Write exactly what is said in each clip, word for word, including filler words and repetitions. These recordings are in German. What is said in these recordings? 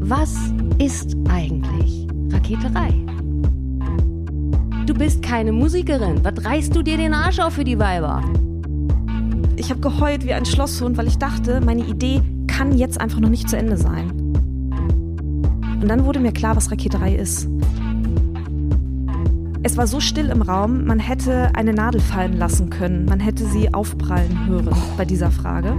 Was ist eigentlich Raketerei? Du bist keine Musikerin. Was reißt du dir den Arsch auf für die Weiber? Ich habe geheult wie ein Schlosshund, weil ich dachte, meine Idee kann jetzt einfach noch nicht zu Ende sein. Und dann wurde mir klar, was Raketerei ist. Es war so still im Raum, man hätte eine Nadel fallen lassen können. Man hätte sie aufprallen hören bei dieser Frage.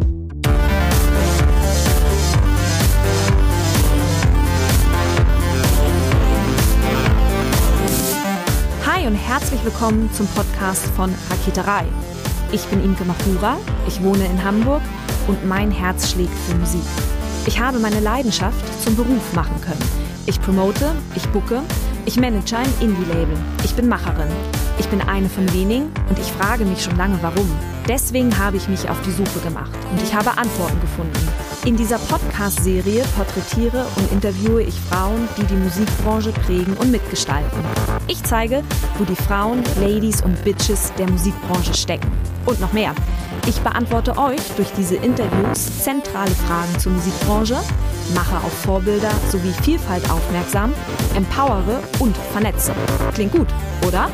Hi und herzlich willkommen zum Podcast von Raketerei. Ich bin Imke Machura, ich wohne in Hamburg und mein Herz schlägt für Musik. Ich habe meine Leidenschaft zum Beruf machen können. Ich promote, ich booke, ich manage ein Indie-Label. Ich bin Macherin. Ich bin eine von wenigen und ich frage mich schon lange, warum. Deswegen habe ich mich auf die Suche gemacht und ich habe Antworten gefunden. In dieser Podcast-Serie porträtiere und interviewe ich Frauen, die die Musikbranche prägen und mitgestalten. Ich zeige, wo die Frauen, Ladies und Bitches der Musikbranche stecken. Und noch mehr. Ich beantworte euch durch diese Interviews zentrale Fragen zur Musikbranche, mache auf Vorbilder sowie Vielfalt aufmerksam, empowere und vernetze. Klingt gut, oder?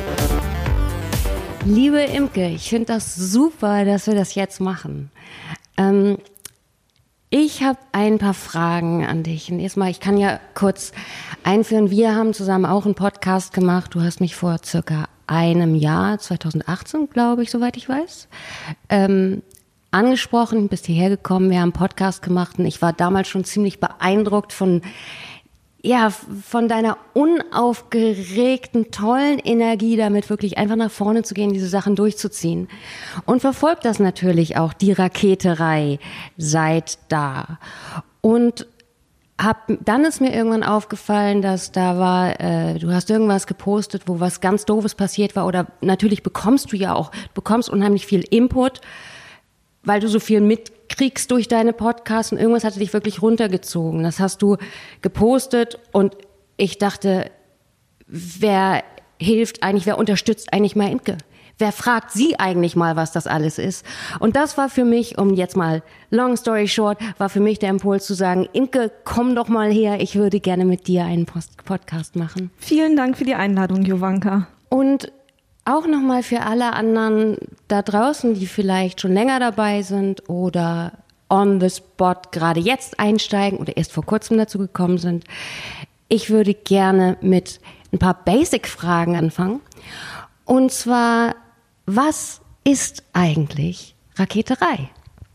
Liebe Imke, ich finde das super, dass wir das jetzt machen. Ähm, ich habe ein paar Fragen an dich. Und erstmal, ich kann ja kurz einführen, wir haben zusammen auch einen Podcast gemacht. Du hast mich vor circa einem Jahr, zwanzig achtzehn, glaube ich, soweit ich weiß, ähm, angesprochen, bist hierher gekommen, wir haben einen Podcast gemacht und ich war damals schon ziemlich beeindruckt von, ja, von deiner unaufgeregten, tollen Energie, damit wirklich einfach nach vorne zu gehen, diese Sachen durchzuziehen. Und verfolgt das natürlich auch, die Raketerei, seit da. Und Hab, dann ist mir irgendwann aufgefallen, dass da war, äh, du hast irgendwas gepostet, wo was ganz Doofes passiert war, oder natürlich bekommst du ja auch, du bekommst unheimlich viel Input, weil du so viel mitkriegst durch deine Podcasts und irgendwas hatte dich wirklich runtergezogen. Das hast du gepostet und ich dachte, wer hilft eigentlich, wer unterstützt eigentlich mal Imke? Wer fragt sie eigentlich mal, was das alles ist? Und das war für mich, um jetzt mal long story short, war für mich der Impuls zu sagen, Imke, komm doch mal her, ich würde gerne mit dir einen Post- Podcast machen. Vielen Dank für die Einladung, Jovanka. Und auch nochmal für alle anderen da draußen, die vielleicht schon länger dabei sind oder on the spot gerade jetzt einsteigen oder erst vor kurzem dazu gekommen sind. Ich würde gerne mit ein paar Basic-Fragen anfangen. Und zwar, was ist eigentlich Raketerei?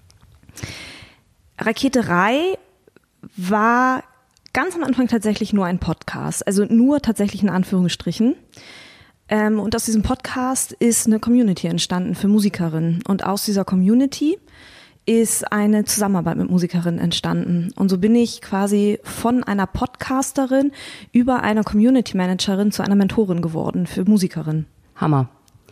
Raketerei war ganz am Anfang tatsächlich nur ein Podcast, also nur tatsächlich in Anführungsstrichen. Ähm, und aus diesem Podcast ist eine Community entstanden für Musikerinnen. Und aus dieser Community ist eine Zusammenarbeit mit Musikerinnen entstanden. Und so bin ich quasi von einer Podcasterin über eine Community Managerin zu einer Mentorin geworden für Musikerinnen. Hammer.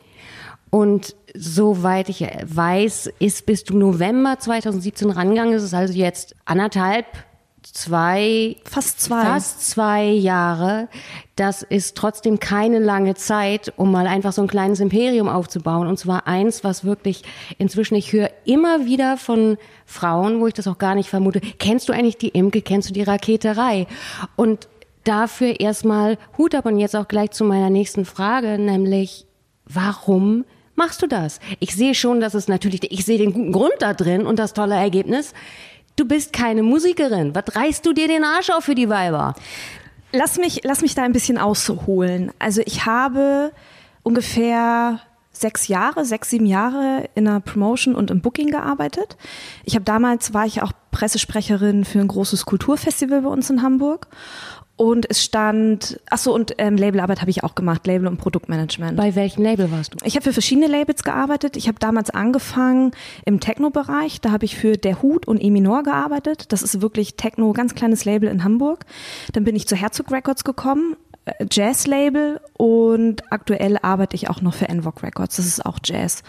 Und soweit ich weiß, ist bis du November zwanzig siebzehn rangegangen, ist es also jetzt anderthalb, zwei, fast zwei, fast zwei Jahre. Das ist trotzdem keine lange Zeit, um mal einfach so ein kleines Imperium aufzubauen. Und zwar eins, was wirklich inzwischen, ich höre immer wieder von Frauen, wo ich das auch gar nicht vermute, kennst du eigentlich die Imke, kennst du die Raketerei? Und dafür erstmal Hut ab und jetzt auch gleich zu meiner nächsten Frage, nämlich, warum machst du das? Ich sehe schon, dass es natürlich, ich sehe den guten Grund da drin und das tolle Ergebnis. Du bist keine Musikerin. Was reißt du dir den Arsch auf für die Weiber? Lass mich, lass mich da ein bisschen ausholen. Also ich habe ungefähr sechs Jahre, sechs, sieben Jahre in der Promotion und im Booking gearbeitet. Ich habe damals, war ich auch Pressesprecherin für ein großes Kulturfestival bei uns in Hamburg. Und es stand, ach so, und ähm, Labelarbeit habe ich auch gemacht, Label- und Produktmanagement. Bei welchem Label warst du? Ich habe für verschiedene Labels gearbeitet. Ich habe damals angefangen im Techno-Bereich. Da habe ich für Der Hut und E-Minor gearbeitet. Das ist wirklich Techno, ganz kleines Label in Hamburg. Dann bin ich zu Herzog Records gekommen, äh, Jazz-Label. Und aktuell arbeite ich auch noch für Envoc Records. Das ist auch Jazz.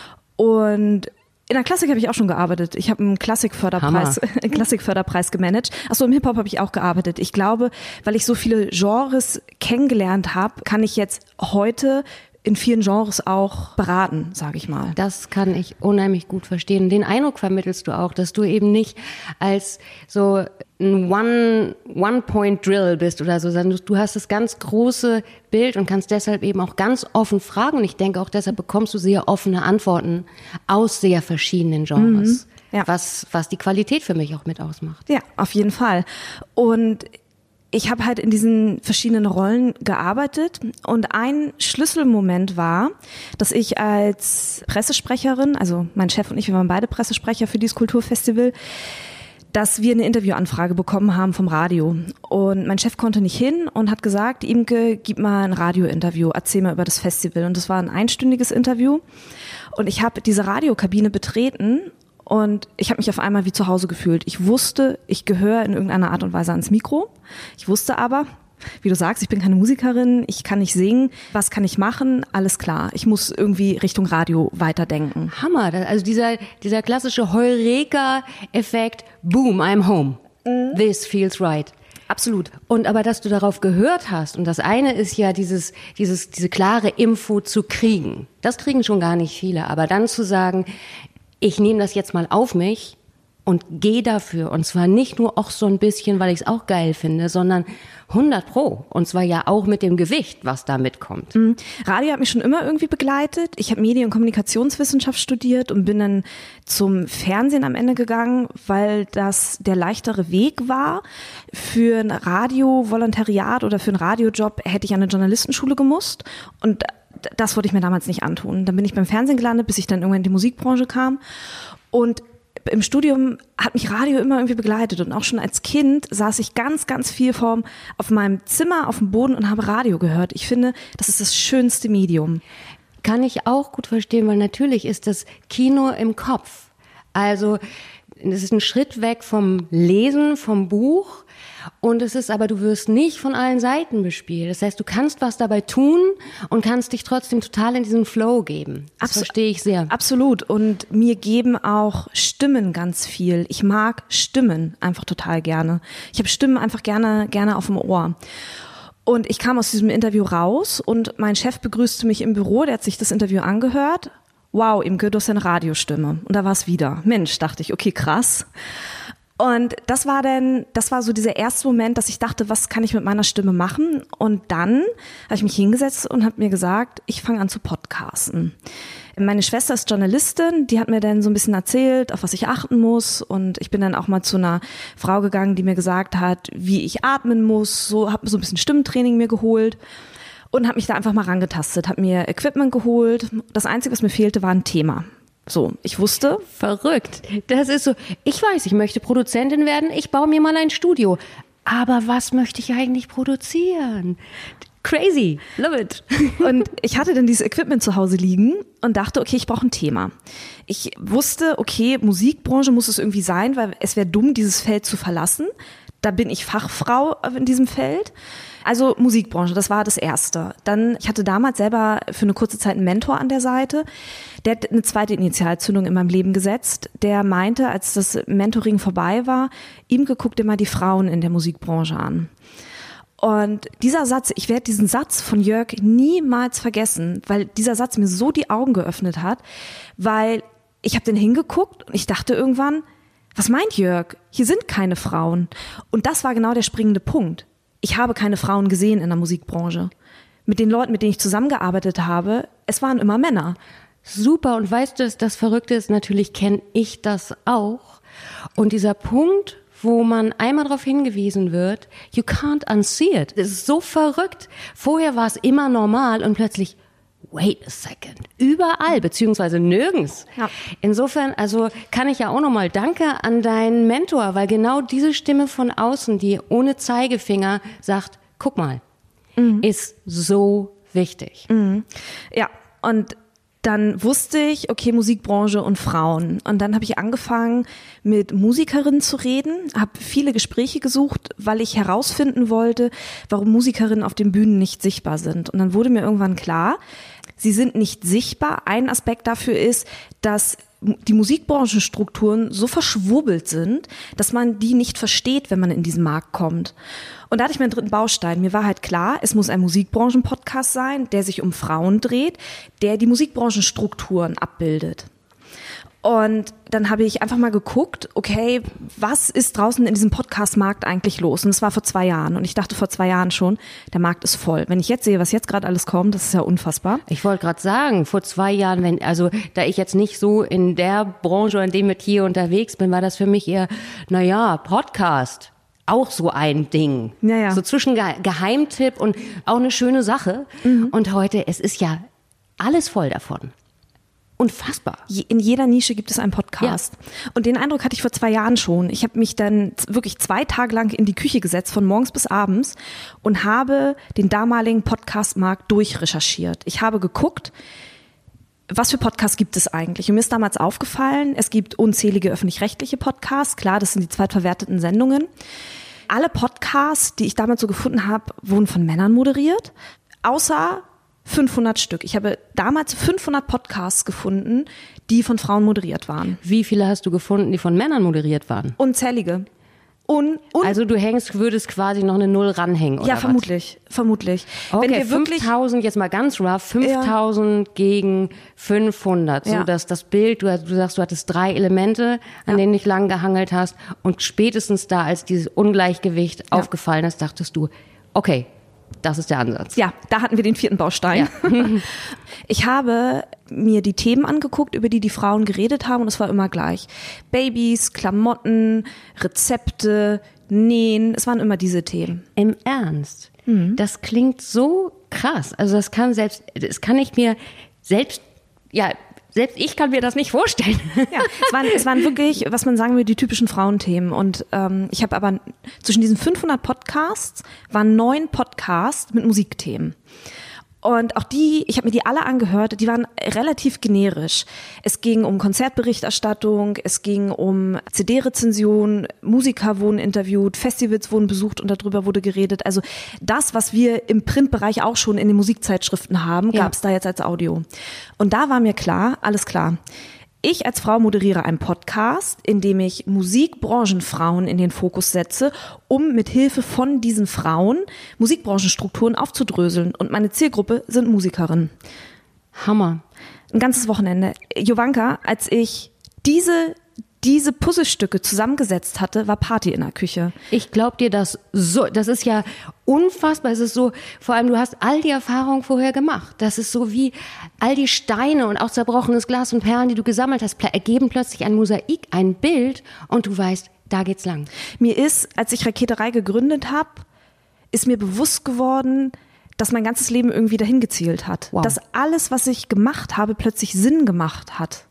Und in der Klassik habe ich auch schon gearbeitet. Ich habe einen Klassikförderpreis, einen Klassikförderpreis gemanagt. Achso, im Hip-Hop habe ich auch gearbeitet. Ich glaube, weil ich so viele Genres kennengelernt habe, kann ich jetzt heute in vielen Genres auch beraten, sage ich mal. Das kann ich unheimlich gut verstehen. Den Eindruck vermittelst du auch, dass du eben nicht als so ein One, One-Point-Drill bist oder so, sondern du hast das ganz große Bild und kannst deshalb eben auch ganz offen fragen. Und ich denke auch deshalb bekommst du sehr offene Antworten aus sehr verschiedenen Genres, mhm, ja. was, was die Qualität für mich auch mit ausmacht. Ja, auf jeden Fall. Und ich habe halt in diesen verschiedenen Rollen gearbeitet und ein Schlüsselmoment war, dass ich als Pressesprecherin, also mein Chef und ich, wir waren beide Pressesprecher für dieses Kulturfestival, dass wir eine Interviewanfrage bekommen haben vom Radio. Und mein Chef konnte nicht hin und hat gesagt, Imke, gib mal ein Radiointerview, erzähl mal über das Festival. Und das war ein einstündiges Interview. Und ich habe diese Radiokabine betreten und ich habe mich auf einmal wie zu Hause gefühlt. Ich wusste, ich gehöre in irgendeiner Art und Weise ans Mikro. Ich wusste aber, wie du sagst, ich bin keine Musikerin, ich kann nicht singen. Was kann ich machen? Alles klar. Ich muss irgendwie Richtung Radio weiterdenken. Hammer. Also dieser, dieser klassische Heureka-Effekt. Boom, I'm home. Mhm. This feels right. Absolut. Und aber, dass du darauf gehört hast, und das eine ist ja dieses, dieses, diese klare Info zu kriegen. Das kriegen schon gar nicht viele. Aber dann zu sagen, ich nehme das jetzt mal auf mich und gehe dafür. Und zwar nicht nur auch so ein bisschen, weil ich es auch geil finde, sondern hundert Pro. Und zwar ja auch mit dem Gewicht, was da mitkommt. Mhm. Radio hat mich schon immer irgendwie begleitet. Ich habe Medien- und Kommunikationswissenschaft studiert und bin dann zum Fernsehen am Ende gegangen, weil das der leichtere Weg war. Für ein Radio-Volontariat oder für einen Radiojob hätte ich an eine Journalistenschule gemusst. Und das wollte ich mir damals nicht antun. Dann bin ich beim Fernsehen gelandet, bis ich dann irgendwann in die Musikbranche kam. Und im Studium hat mich Radio immer irgendwie begleitet und auch schon als Kind saß ich ganz, ganz viel vorm, auf meinem Zimmer auf dem Boden und habe Radio gehört. Ich finde, das ist das schönste Medium. Kann ich auch gut verstehen, weil natürlich ist das Kino im Kopf. Also es ist ein Schritt weg vom Lesen, vom Buch. Und es ist aber, du wirst nicht von allen Seiten bespielt. Das heißt, du kannst was dabei tun und kannst dich trotzdem total in diesen Flow geben. Das Abs- verstehe ich sehr. Absolut. Und mir geben auch Stimmen ganz viel. Ich mag Stimmen einfach total gerne. Ich habe Stimmen einfach gerne, gerne auf dem Ohr. Und ich kam aus diesem Interview raus und mein Chef begrüßte mich im Büro. Der hat sich das Interview angehört. Wow, Imke, du hast eine Radiostimme. Und da war es wieder. Mensch, dachte ich, okay, krass. Und das war dann, das war so dieser erste Moment, dass ich dachte, was kann ich mit meiner Stimme machen? Und dann habe ich mich hingesetzt und habe mir gesagt, ich fange an zu podcasten. Meine Schwester ist Journalistin, die hat mir dann so ein bisschen erzählt, auf was ich achten muss. Und ich bin dann auch mal zu einer Frau gegangen, die mir gesagt hat, wie ich atmen muss. So, habe so ein bisschen Stimmtraining mir geholt und habe mich da einfach mal rangetastet, habe mir Equipment geholt. Das Einzige, was mir fehlte, war ein Thema. So, ich wusste. Verrückt. Das ist so, ich weiß, ich möchte Produzentin werden, ich baue mir mal ein Studio. Aber was möchte ich eigentlich produzieren? Crazy, love it. Und ich hatte dann dieses Equipment zu Hause liegen und dachte, okay, ich brauche ein Thema. Ich wusste, okay, Musikbranche muss es irgendwie sein, weil es wäre dumm, dieses Feld zu verlassen. Da bin ich Fachfrau in diesem Feld. Also Musikbranche, das war das Erste. Dann, ich hatte damals selber für eine kurze Zeit einen Mentor an der Seite. Der hat eine zweite Initialzündung in meinem Leben gesetzt. Der meinte, als das Mentoring vorbei war, Imke, guck dir mal die Frauen in der Musikbranche an. Und dieser Satz, ich werde diesen Satz von Jörg niemals vergessen, weil dieser Satz mir so die Augen geöffnet hat, weil ich habe den hingeguckt und ich dachte irgendwann, was meint Jörg? Hier sind keine Frauen. Und das war genau der springende Punkt. Ich habe keine Frauen gesehen in der Musikbranche. Mit den Leuten, mit denen ich zusammengearbeitet habe, es waren immer Männer. Super. Und weißt du, das Verrückte ist, natürlich kenne ich das auch. Und dieser Punkt, wo man einmal darauf hingewiesen wird, you can't unsee it. Das ist so verrückt. Vorher war es immer normal und plötzlich, wait a second, überall, beziehungsweise nirgends. Ja. Insofern, also kann ich ja auch nochmal Danke an deinen Mentor, weil genau diese Stimme von außen, die ohne Zeigefinger sagt, guck mal, mhm. ist so wichtig. Mhm. Ja, und dann wusste ich, okay, Musikbranche und Frauen. Und dann habe ich angefangen, mit Musikerinnen zu reden, habe viele Gespräche gesucht, weil ich herausfinden wollte, warum Musikerinnen auf den Bühnen nicht sichtbar sind. Und dann wurde mir irgendwann klar, sie sind nicht sichtbar. Ein Aspekt dafür ist, dass die Musikbranchenstrukturen so verschwurbelt sind, dass man die nicht versteht, wenn man in diesen Markt kommt. Und da hatte ich meinen dritten Baustein. Mir war halt klar, es muss ein Musikbranchenpodcast sein, der sich um Frauen dreht, der die Musikbranchenstrukturen abbildet. Und dann habe ich einfach mal geguckt, okay, was ist draußen in diesem Podcast-Markt eigentlich los? Und es war vor zwei Jahren. Und ich dachte vor zwei Jahren schon, der Markt ist voll. Wenn ich jetzt sehe, was jetzt gerade alles kommt, das ist ja unfassbar. Ich wollte gerade sagen, vor zwei Jahren, wenn, also da ich jetzt nicht so in der Branche oder in dem Metier unterwegs bin, war das für mich eher, naja, Podcast. Auch so ein Ding. Ja, ja. So zwischen Ge- Geheimtipp und auch eine schöne Sache. Mhm. Und heute, es ist ja alles voll davon. Unfassbar. In jeder Nische gibt es einen Podcast. Ja. Und den Eindruck hatte ich vor zwei Jahren schon. Ich habe mich dann wirklich zwei Tage lang in die Küche gesetzt, von morgens bis abends, und habe den damaligen Podcast-Markt durchrecherchiert. Ich habe geguckt, was für Podcasts gibt es eigentlich? Und mir ist damals aufgefallen, es gibt unzählige öffentlich-rechtliche Podcasts. Klar, das sind die zweitverwerteten Sendungen. Alle Podcasts, die ich damals so gefunden habe, wurden von Männern moderiert, außer fünfhundert Stück. Ich habe damals fünfhundert Podcasts gefunden, die von Frauen moderiert waren. Wie viele hast du gefunden, die von Männern moderiert waren? Unzählige. Un, un also du hängst, würdest quasi noch eine Null ranhängen, oder Ja, was? vermutlich, vermutlich. Okay, Wenn wir wirklich fünftausend, jetzt mal ganz rough, fünftausend ja. gegen fünfhundert, so ja. dass das Bild, du, du sagst, du hattest drei Elemente, an ja. denen du dich lang gehangelt hast, und spätestens da, als dieses Ungleichgewicht ja. aufgefallen ist, dachtest du, okay, das ist der Ansatz. Ja, da hatten wir den vierten Baustein. Ja. Ich habe mir die Themen angeguckt, über die die Frauen geredet haben, und es war immer gleich. Babys, Klamotten, Rezepte, Nähen, es waren immer diese Themen. Im Ernst? Mhm. Das klingt so krass. Also das kann selbst, das kann ich mir selbst, ja, selbst ich kann mir das nicht vorstellen. Ja, es waren, es waren wirklich, was man sagen will, die typischen Frauenthemen. Und ähm, ich habe aber zwischen diesen fünfhundert Podcasts waren neun Podcasts mit Musikthemen. Und auch die, ich habe mir die alle angehört, die waren relativ generisch. Es ging um Konzertberichterstattung, es ging um C D-Rezension, Musiker wurden interviewt, Festivals wurden besucht und darüber wurde geredet. Also das, was wir im Printbereich auch schon in den Musikzeitschriften haben, ja. gab es da jetzt als Audio. Und da war mir klar, alles klar. Ich als Frau moderiere einen Podcast, in dem ich Musikbranchenfrauen in den Fokus setze, um mit Hilfe von diesen Frauen Musikbranchenstrukturen aufzudröseln. Und meine Zielgruppe sind Musikerinnen. Hammer. Ein ganzes Wochenende. Jovanka, als ich diese diese Puzzlestücke zusammengesetzt hatte, war Party in der Küche. Ich glaub dir das so, das ist ja unfassbar. Es ist so, vor allem du hast all die Erfahrungen vorher gemacht. Das ist so wie all die Steine und auch zerbrochenes Glas und Perlen, die du gesammelt hast, ergeben plötzlich ein Mosaik, ein Bild, und du weißt, da geht's lang. Mir ist, als ich Raketerei gegründet habe, ist mir bewusst geworden, dass mein ganzes Leben irgendwie dahin gezielt hat. Wow. Dass alles, was ich gemacht habe, plötzlich Sinn gemacht hat.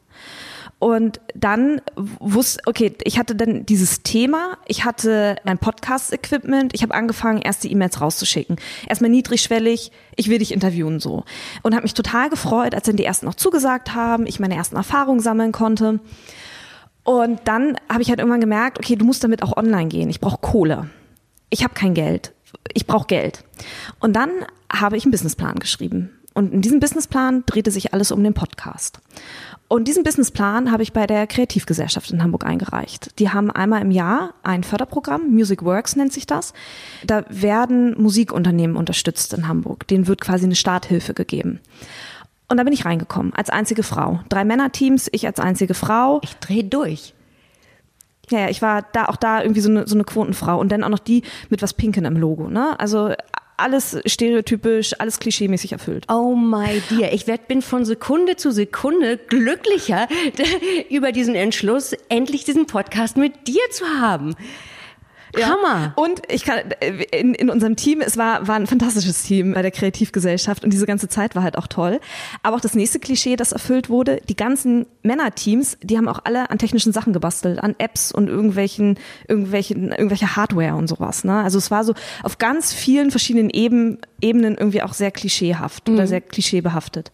Und dann wusste, okay, ich hatte dann dieses Thema, ich hatte mein Podcast-Equipment, ich habe angefangen, erste E-Mails rauszuschicken. Erstmal niedrigschwellig, ich will dich interviewen, so. Und habe mich total gefreut, als dann die ersten auch zugesagt haben, ich meine ersten Erfahrungen sammeln konnte. Und dann habe ich halt irgendwann gemerkt, okay, du musst damit auch online gehen, ich brauche Kohle. Ich habe kein Geld, ich brauche Geld. Und dann habe ich einen Businessplan geschrieben. Und in diesem Businessplan drehte sich alles um den Podcast. Und diesen Businessplan habe ich bei der Kreativgesellschaft in Hamburg eingereicht. Die haben einmal im Jahr ein Förderprogramm, Music Works nennt sich das. Da werden Musikunternehmen unterstützt in Hamburg. Denen wird quasi eine Starthilfe gegeben. Und da bin ich reingekommen, als einzige Frau. Drei Männerteams, ich als einzige Frau. Ich drehe durch. Ja, ja, ich war da auch da irgendwie so eine, so eine Quotenfrau. Und dann auch noch die mit was Pinken im Logo, ne? Also alles stereotypisch, alles klischeemäßig erfüllt. Oh my dear, ich werd, bin von Sekunde zu Sekunde glücklicher über diesen Entschluss, endlich diesen Podcast mit dir zu haben. Ja. Hammer. Und ich kann in, in unserem Team, es war, war ein fantastisches Team bei der Kreativgesellschaft und diese ganze Zeit war halt auch toll. Aber auch das nächste Klischee, das erfüllt wurde, die ganzen Männerteams, die haben auch alle an technischen Sachen gebastelt, an Apps und irgendwelchen, irgendwelchen, irgendwelche Hardware und sowas. Ne? Also es war so auf ganz vielen verschiedenen Eben, Ebenen irgendwie auch sehr klischeehaft mhm. oder sehr klischeebehaftet.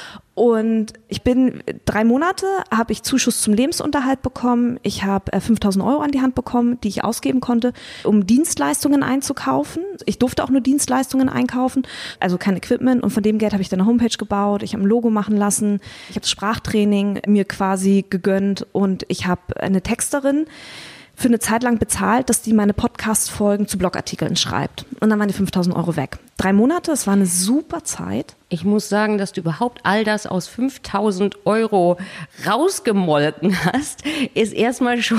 Und ich bin drei Monate, habe ich Zuschuss zum Lebensunterhalt bekommen. Ich habe äh, fünftausend Euro an die Hand bekommen, die ich ausgeben konnte, um Dienstleistungen einzukaufen. Ich durfte auch nur Dienstleistungen einkaufen, also kein Equipment. Und von dem Geld habe ich dann eine Homepage gebaut. Ich habe ein Logo machen lassen. Ich habe das Sprachtraining mir quasi gegönnt. Und ich habe eine Texterin, für eine Zeit lang bezahlt, dass die meine Podcast-Folgen zu Blogartikeln schreibt. Und dann waren die fünftausend Euro weg. Drei Monate, es war eine super Zeit. Ich muss sagen, dass du überhaupt all das aus fünftausend Euro rausgemolken hast, ist erstmal schon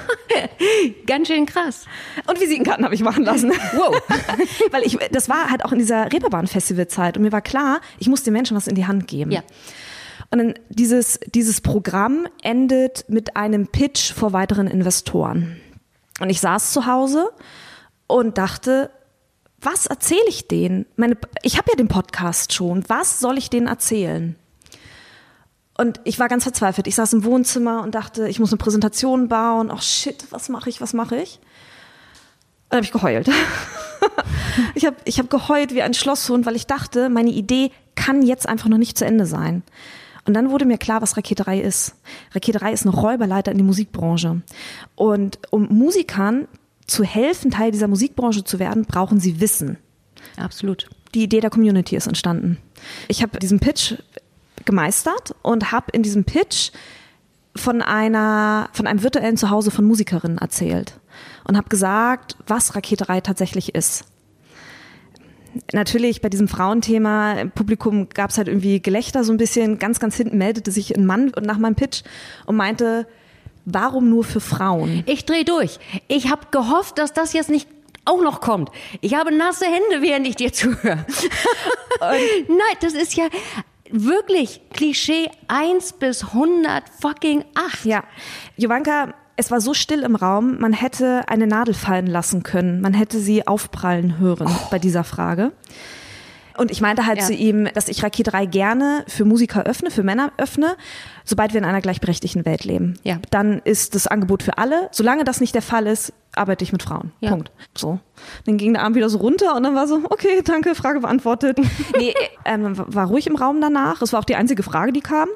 ganz schön krass. Und Visitenkarten habe ich machen lassen. Wow. Weil ich, das war halt auch in dieser Reeperbahn-Festival-Zeit und mir war klar, ich muss den Menschen was in die Hand geben. Ja. Und dann dieses, dieses Programm endet mit einem Pitch vor weiteren Investoren. Und ich saß zu Hause und dachte, was erzähle ich denen? Meine, ich habe ja den Podcast schon. Was soll ich denen erzählen? Und ich war ganz verzweifelt. Ich saß im Wohnzimmer und dachte, ich muss eine Präsentation bauen. Ach shit, was mache ich, was mache ich? Und dann habe ich geheult. ich habe ich hab geheult wie ein Schlosshund, weil ich dachte, meine Idee kann jetzt einfach noch nicht zu Ende sein. Und dann wurde mir klar, was Raketerei ist. Raketerei ist eine Räuberleiter in die Musikbranche. Und um Musikern zu helfen, Teil dieser Musikbranche zu werden, brauchen sie Wissen. Absolut. Die Idee der Community ist entstanden. Ich habe diesen Pitch gemeistert und habe in diesem Pitch von einer, von einem virtuellen Zuhause von Musikerinnen erzählt und habe gesagt, was Raketerei tatsächlich ist. Natürlich bei diesem Frauenthema im Publikum gab es halt irgendwie Gelächter so ein bisschen. Ganz, ganz hinten meldete sich ein Mann nach meinem Pitch und meinte, warum nur für Frauen? Ich drehe durch. Ich habe gehofft, dass das jetzt nicht auch noch kommt. Ich habe nasse Hände, während ich dir zuhöre. Nein, das ist ja wirklich Klischee eins bis hundert fucking acht. Ja, Jovanka, es war so still im Raum, man hätte eine Nadel fallen lassen können. Man hätte sie aufprallen hören oh. bei dieser Frage. Und ich meinte halt ja. zu ihm, dass ich Raketerei gerne für Musiker öffne, für Männer öffne, sobald wir in einer gleichberechtigten Welt leben. Ja. Dann ist das Angebot für alle. Solange das nicht der Fall ist, arbeite ich mit Frauen. Ja. Punkt. So. Dann ging der Arm wieder so runter und dann war so, okay, danke, Frage beantwortet. nee, ähm, war ruhig im Raum danach. Es war auch die einzige Frage, die kam.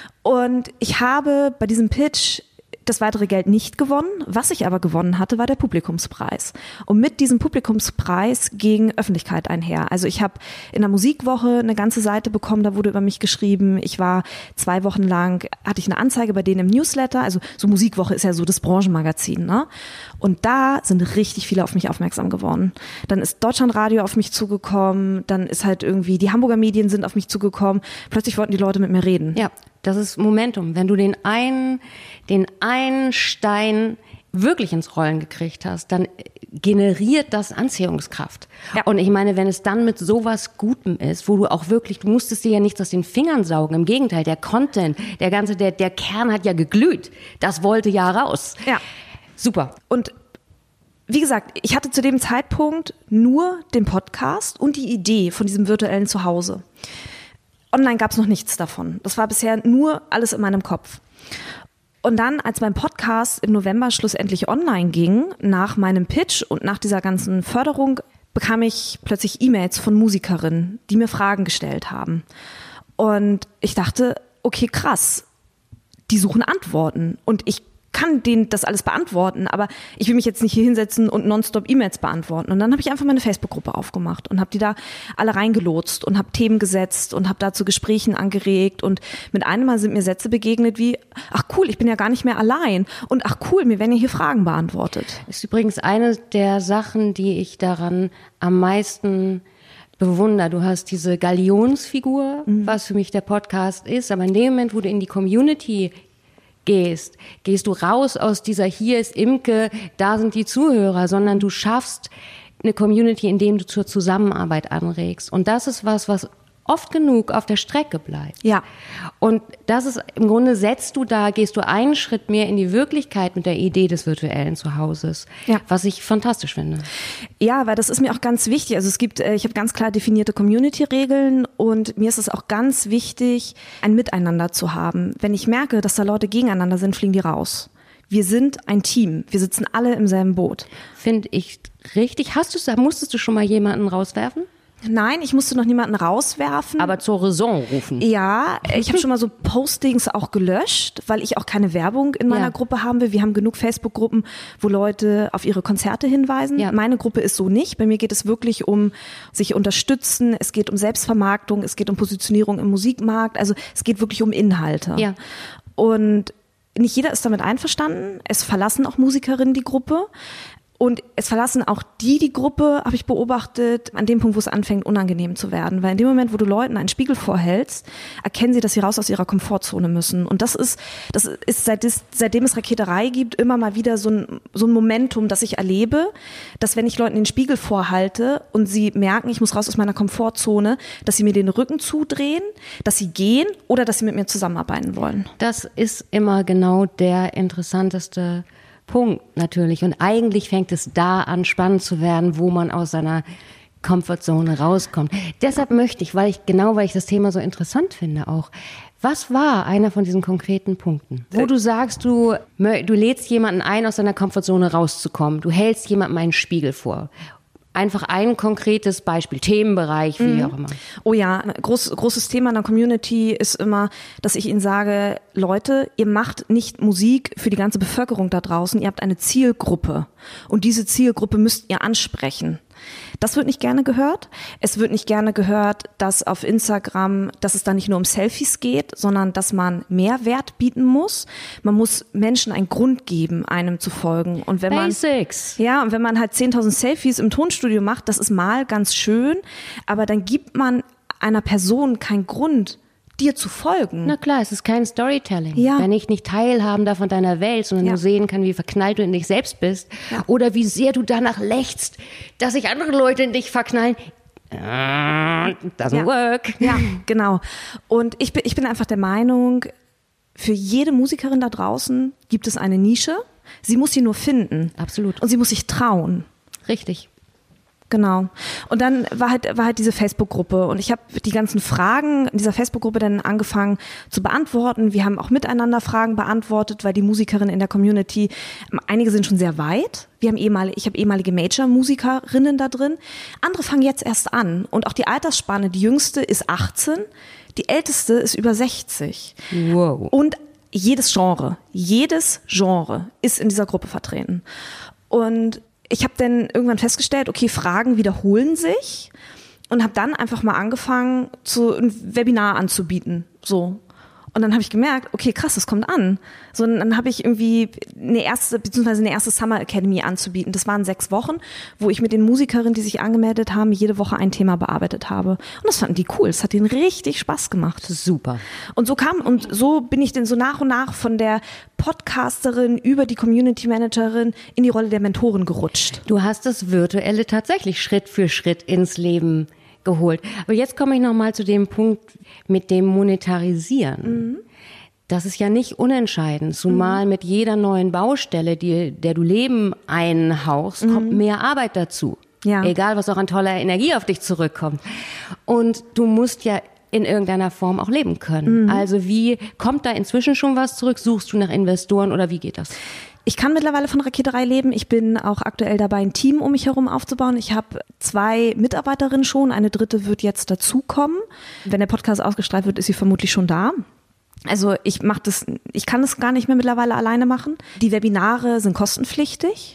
Und ich habe bei diesem Pitch das weitere Geld nicht gewonnen. Was ich aber gewonnen hatte, war der Publikumspreis. Und mit diesem Publikumspreis ging Öffentlichkeit einher. Also ich habe in der Musikwoche eine ganze Seite bekommen, da wurde über mich geschrieben. Ich war zwei Wochen lang, hatte ich eine Anzeige bei denen im Newsletter. Also so Musikwoche ist ja so das Branchenmagazin, ne? Und da sind richtig viele auf mich aufmerksam geworden. Dann ist Deutschlandradio auf mich zugekommen, dann ist halt irgendwie, die Hamburger Medien sind auf mich zugekommen. Plötzlich wollten die Leute mit mir reden. Ja. Das ist Momentum. Wenn du den einen, den einen Stein wirklich ins Rollen gekriegt hast, dann generiert das Anziehungskraft. Ja. Und ich meine, wenn es dann mit sowas Gutem ist, wo du auch wirklich, du musstest dir ja nichts aus den Fingern saugen. Im Gegenteil, der Content, der ganze, der, der Kern hat ja geglüht. Das wollte ja raus. Ja. Super. Und wie gesagt, ich hatte zu dem Zeitpunkt nur den Podcast und die Idee von diesem virtuellen Zuhause. Online gab es noch nichts davon. Das war bisher nur alles in meinem Kopf. Und dann, als mein Podcast im November schlussendlich online ging, nach meinem Pitch und nach dieser ganzen Förderung, bekam ich plötzlich E-Mails von Musikerinnen, die mir Fragen gestellt haben. Und ich dachte, okay, krass, die suchen Antworten. Und ich kann denen das alles beantworten, aber ich will mich jetzt nicht hier hinsetzen und nonstop E-Mails beantworten. Und dann habe ich einfach meine Facebook-Gruppe aufgemacht und habe die da alle reingelotst und habe Themen gesetzt und habe da zu Gesprächen angeregt. Und mit einem Mal sind mir Sätze begegnet wie, ach cool, ich bin ja gar nicht mehr allein. Und ach cool, mir werden ja hier Fragen beantwortet. Das ist übrigens eine der Sachen, die ich daran am meisten bewundere. Du hast diese Galionsfigur, mhm. was für mich der Podcast ist, aber in dem Moment, wo du in die Community gehst, gehst du raus aus dieser, hier ist Imke, da sind die Zuhörer, sondern du schaffst eine Community, indem du zur Zusammenarbeit anregst. Und das ist was, was oft genug auf der Strecke bleibt. Ja. Und das ist, im Grunde setzt du da, gehst du einen Schritt mehr in die Wirklichkeit mit der Idee des virtuellen Zuhauses, ja. was ich fantastisch finde. Ja, weil das ist mir auch ganz wichtig. Also es gibt, ich habe ganz klar definierte Community-Regeln und mir ist es auch ganz wichtig, ein Miteinander zu haben. Wenn ich merke, dass da Leute gegeneinander sind, fliegen die raus. Wir sind ein Team. Wir sitzen alle im selben Boot. Finde ich richtig. Hast du, musstest du schon mal jemanden rauswerfen? Nein, ich musste noch niemanden rauswerfen. Aber zur Raison rufen. Ja, ich habe schon mal so Postings auch gelöscht, weil ich auch keine Werbung in meiner ja. Gruppe haben will. Wir haben genug Facebook-Gruppen, wo Leute auf ihre Konzerte hinweisen. Ja. Meine Gruppe ist so nicht. Bei mir geht es wirklich um sich unterstützen. Es geht um Selbstvermarktung. Es geht um Positionierung im Musikmarkt. Also es geht wirklich um Inhalte. Ja. Und nicht jeder ist damit einverstanden. Es verlassen auch Musikerinnen die Gruppe. Und es verlassen auch die die Gruppe, habe ich beobachtet, an dem Punkt, wo es anfängt, unangenehm zu werden. Weil in dem Moment, wo du Leuten einen Spiegel vorhältst, erkennen sie, dass sie raus aus ihrer Komfortzone müssen. Und das ist, das ist seit es, seitdem es Raketerei gibt, immer mal wieder so ein, so ein Momentum, das ich erlebe, dass wenn ich Leuten den Spiegel vorhalte und sie merken, ich muss raus aus meiner Komfortzone, dass sie mir den Rücken zudrehen, dass sie gehen oder dass sie mit mir zusammenarbeiten wollen. Das ist immer genau der interessanteste Punkt natürlich. Und eigentlich fängt es da an, spannend zu werden, wo man aus seiner Comfortzone rauskommt. Deshalb möchte ich, weil ich, genau weil ich das Thema so interessant finde auch, was war einer von diesen konkreten Punkten, wo du sagst, du, du lädst jemanden ein, aus seiner Komfortzone rauszukommen, du hältst jemandem einen Spiegel vor. Einfach ein konkretes Beispiel, Themenbereich, wie mhm. auch immer. Oh ja, groß, großes Thema in der Community ist immer, dass ich ihnen sage, Leute, ihr macht nicht Musik für die ganze Bevölkerung da draußen, ihr habt eine Zielgruppe und diese Zielgruppe müsst ihr ansprechen. Das wird nicht gerne gehört. Es wird nicht gerne gehört, dass auf Instagram, dass es da nicht nur um Selfies geht, sondern dass man Mehrwert bieten muss. Man muss Menschen einen Grund geben, einem zu folgen. Und wenn Basics. Man, ja, und wenn man halt zehntausend Selfies im Tonstudio macht, das ist mal ganz schön, aber dann gibt man einer Person keinen Grund, dir zu folgen. Na klar, es ist kein Storytelling. Ja. Wenn ich nicht teilhaben darf von deiner Welt, sondern ja. nur sehen kann, wie verknallt du in dich selbst bist ja. oder wie sehr du danach lechzt, dass sich andere Leute in dich verknallen. Doesn't ja. work. Ja, genau. Und ich bin, ich bin einfach der Meinung, für jede Musikerin da draußen gibt es eine Nische. Sie muss sie nur finden. Absolut. Und sie muss sich trauen. Richtig. Genau. Und dann war halt, war halt diese Facebook-Gruppe und ich habe die ganzen Fragen in dieser Facebook-Gruppe dann angefangen zu beantworten. Wir haben auch miteinander Fragen beantwortet, weil die Musikerinnen in der Community, einige sind schon sehr weit. Wir haben ehemalige, ich habe ehemalige Major-Musikerinnen da drin. Andere fangen jetzt erst an und auch die Altersspanne, die jüngste ist achtzehn, die älteste ist über sechzig. Wow. Und jedes Genre, jedes Genre ist in dieser Gruppe vertreten. Und ich habe dann irgendwann festgestellt, okay, Fragen wiederholen sich und habe dann einfach mal angefangen, zu, ein Webinar anzubieten, so. Und dann habe ich gemerkt, okay, krass, das kommt an. So, und dann habe ich irgendwie eine erste, beziehungsweise eine erste Summer Academy anzubieten. Das waren sechs Wochen, wo ich mit den Musikerinnen, die sich angemeldet haben, jede Woche ein Thema bearbeitet habe. Und das fanden die cool. Es hat denen richtig Spaß gemacht. Super. Und so kam, und so bin ich dann so nach und nach von der Podcasterin über die Community Managerin in die Rolle der Mentorin gerutscht. Du hast das Virtuelle tatsächlich Schritt für Schritt ins Leben geholt. Aber jetzt komme ich nochmal zu dem Punkt mit dem Monetarisieren. Mhm. Das ist ja nicht unentscheidend, zumal mhm. mit jeder neuen Baustelle, die, der du Leben einhauchst, mhm. kommt mehr Arbeit dazu. Ja. Egal, was auch an toller Energie auf dich zurückkommt. Und du musst ja in irgendeiner Form auch leben können. Mhm. Also wie, kommt da inzwischen schon was zurück? Suchst du nach Investoren oder wie geht das? Ich kann mittlerweile von Raketerei leben. Ich bin auch aktuell dabei, ein Team um mich herum aufzubauen. Ich habe zwei Mitarbeiterinnen schon, eine dritte wird jetzt dazukommen. Wenn der Podcast ausgestrahlt wird, ist sie vermutlich schon da. Also ich mache das, ich kann das gar nicht mehr mittlerweile alleine machen. Die Webinare sind kostenpflichtig.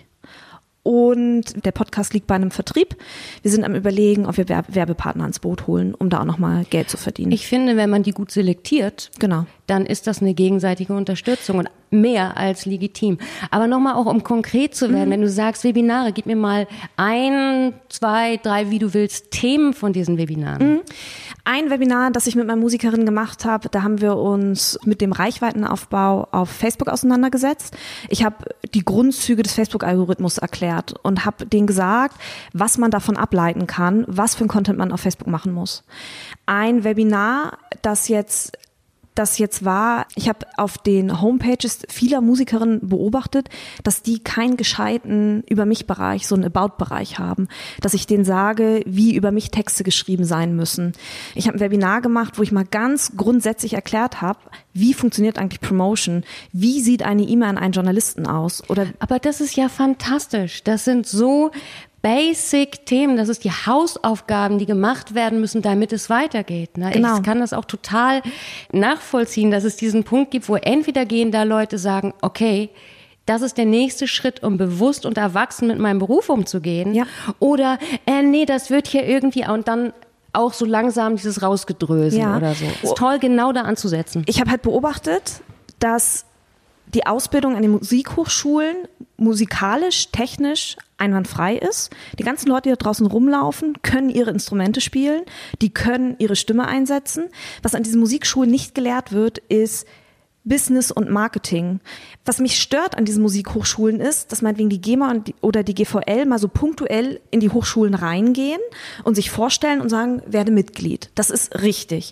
Und der Podcast liegt bei einem Vertrieb. Wir sind am Überlegen, ob wir Werbepartner ans Boot holen, um da auch nochmal Geld zu verdienen. Ich finde, wenn man die gut selektiert, genau, dann ist das eine gegenseitige Unterstützung und mehr als legitim. Aber nochmal auch, um konkret zu werden, mhm. wenn du sagst Webinare, gib mir mal ein, zwei, drei, wie du willst, Themen von diesen Webinaren. Mhm. Ein Webinar, das ich mit meinen Musikerinnen gemacht habe, da haben wir uns mit dem Reichweitenaufbau auf Facebook auseinandergesetzt. Ich habe die Grundzüge des Facebook-Algorithmus erklärt und habe denen gesagt, was man davon ableiten kann, was für ein Content man auf Facebook machen muss. Ein Webinar, das jetzt das jetzt war, ich habe auf den Homepages vieler Musikerinnen beobachtet, dass die keinen gescheiten Über-mich-Bereich, so einen About-Bereich haben, dass ich denen sage, wie über mich Texte geschrieben sein müssen. Ich habe ein Webinar gemacht, wo ich mal ganz grundsätzlich erklärt habe, wie funktioniert eigentlich Promotion, wie sieht eine E-Mail an einen Journalisten aus? Oder aber das ist ja fantastisch, das sind so Basic-Themen, das ist die Hausaufgaben, die gemacht werden müssen, damit es weitergeht. Ne? Genau. Ich kann das auch total nachvollziehen, dass es diesen Punkt gibt, wo entweder gehen da Leute sagen, okay, das ist der nächste Schritt, um bewusst und erwachsen mit meinem Beruf umzugehen. Ja. Oder, äh, nee, das wird hier irgendwie, und dann auch so langsam dieses Rausgedröseln ja. oder so. Ist toll, genau da anzusetzen. Ich habe halt beobachtet, dass die Ausbildung an den Musikhochschulen musikalisch, technisch einwandfrei ist. Die ganzen Leute, die da draußen rumlaufen, können ihre Instrumente spielen, die können ihre Stimme einsetzen. Was an diesen Musikschulen nicht gelehrt wird, ist Business und Marketing. Was mich stört an diesen Musikhochschulen ist, dass meinetwegen die GEMA und die, oder die G V L mal so punktuell in die Hochschulen reingehen und sich vorstellen und sagen, werde Mitglied. Das ist richtig.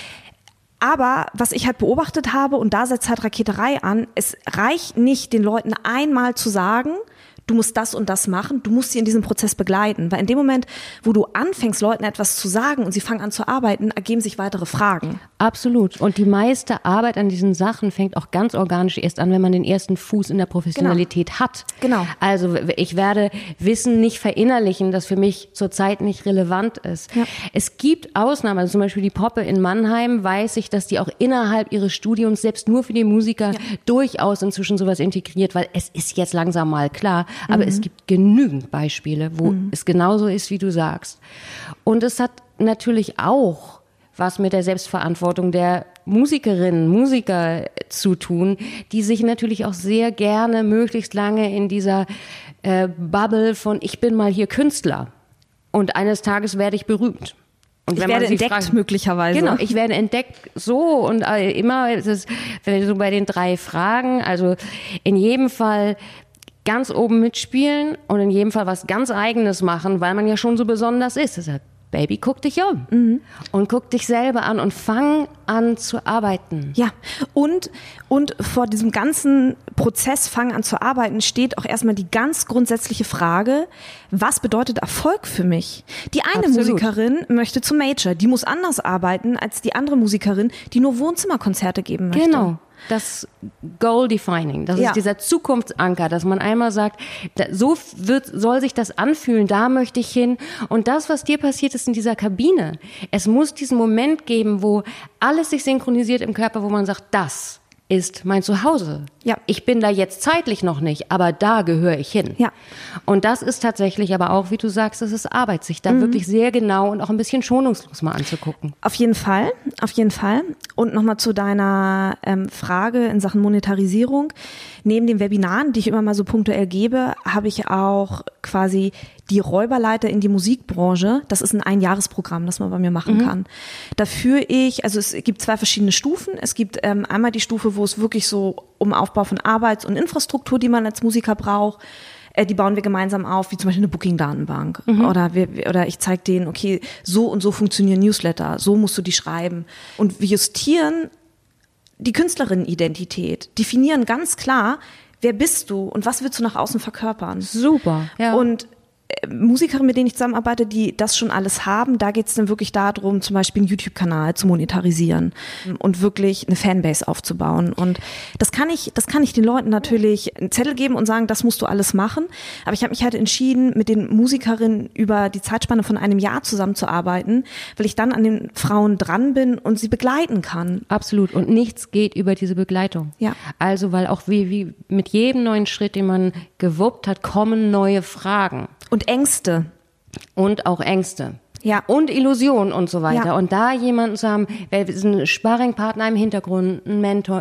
Aber was ich halt beobachtet habe, und da setzt halt Raketerei an, es reicht nicht, den Leuten einmal zu sagen, du musst das und das machen, du musst sie in diesem Prozess begleiten. Weil in dem Moment, wo du anfängst, Leuten etwas zu sagen und sie fangen an zu arbeiten, ergeben sich weitere Fragen. Absolut. Und die meiste Arbeit an diesen Sachen fängt auch ganz organisch erst an, wenn man den ersten Fuß in der Professionalität genau. hat. Genau. Also ich werde Wissen nicht verinnerlichen, das für mich zurzeit nicht relevant ist. Ja. Es gibt Ausnahmen, also zum Beispiel die Poppe in Mannheim, weiß ich, dass die auch innerhalb ihres Studiums selbst nur für die Musiker ja. durchaus inzwischen sowas integriert, weil es ist jetzt langsam mal klar, aber mhm. es gibt genügend Beispiele, wo mhm. es genauso ist, wie du sagst. Und es hat natürlich auch was mit der Selbstverantwortung der Musikerinnen, Musiker zu tun, die sich natürlich auch sehr gerne möglichst lange in dieser äh, Bubble von ich bin mal hier Künstler und eines Tages werde ich berühmt. Und ich wenn werde man entdeckt fragt, möglicherweise. Genau, ich werde entdeckt so und äh, immer ist es so bei den drei Fragen, also in jedem Fall ganz oben mitspielen und in jedem Fall was ganz Eigenes machen, weil man ja schon so besonders ist. Deshalb, Baby, guck dich um mhm. und guck dich selber an und fang an zu arbeiten. Ja, und, und vor diesem ganzen Prozess fang an zu arbeiten steht auch erstmal die ganz grundsätzliche Frage, was bedeutet Erfolg für mich? Die eine Absolut. Musikerin möchte zum Major, die muss anders arbeiten als die andere Musikerin, die nur Wohnzimmerkonzerte geben möchte. Genau. Das Goal Defining, das ja. ist dieser Zukunftsanker, dass man einmal sagt, da, so wird, soll sich das anfühlen, da möchte ich hin. Und das, was dir passiert ist in dieser Kabine, es muss diesen Moment geben, wo alles sich synchronisiert im Körper, wo man sagt, das ist mein Zuhause. Ja. Ich bin da jetzt zeitlich noch nicht, aber da gehöre ich hin. Ja. Und das ist tatsächlich aber auch, wie du sagst, es ist Arbeit, sich da mhm. wirklich sehr genau und auch ein bisschen schonungslos mal anzugucken. Auf jeden Fall, auf jeden Fall. Und nochmal zu deiner ähm, Frage in Sachen Monetarisierung. Neben den Webinaren, die ich immer mal so punktuell gebe, habe ich auch quasi die Räuberleiter in die Musikbranche. Das ist ein Einjahresprogramm, das man bei mir machen mhm. kann. Da führe ich, also es gibt zwei verschiedene Stufen. Es gibt ähm, einmal die Stufe, wo es wirklich so um Aufbau von Arbeits- und Infrastruktur, die man als Musiker braucht, äh, die bauen wir gemeinsam auf, wie zum Beispiel eine Booking-Datenbank. Mhm. Oder, wir, oder ich zeige denen, okay, so und so funktionieren Newsletter, so musst du die schreiben. Und wir justieren die Künstlerinnenidentität, definieren ganz klar, wer bist du und was willst du nach außen verkörpern. Super. Ja. Und Musikerinnen, mit denen ich zusammenarbeite, die das schon alles haben, da geht es dann wirklich darum, zum Beispiel einen YouTube-Kanal zu monetarisieren und wirklich eine Fanbase aufzubauen. Und das kann ich, das kann ich den Leuten natürlich einen Zettel geben und sagen, das musst du alles machen. Aber ich habe mich halt entschieden, mit den Musikerinnen über die Zeitspanne von einem Jahr zusammenzuarbeiten, weil ich dann an den Frauen dran bin und sie begleiten kann. Absolut. Und nichts geht über diese Begleitung. Ja. Also, weil auch wie, wie mit jedem neuen Schritt, den man gewuppt hat, kommen neue Fragen. Und Ängste. Und auch Ängste. Ja. Und Illusionen und so weiter. Ja. Und da jemanden zu haben, wer ist ein Sparringpartner im Hintergrund, ein Mentor,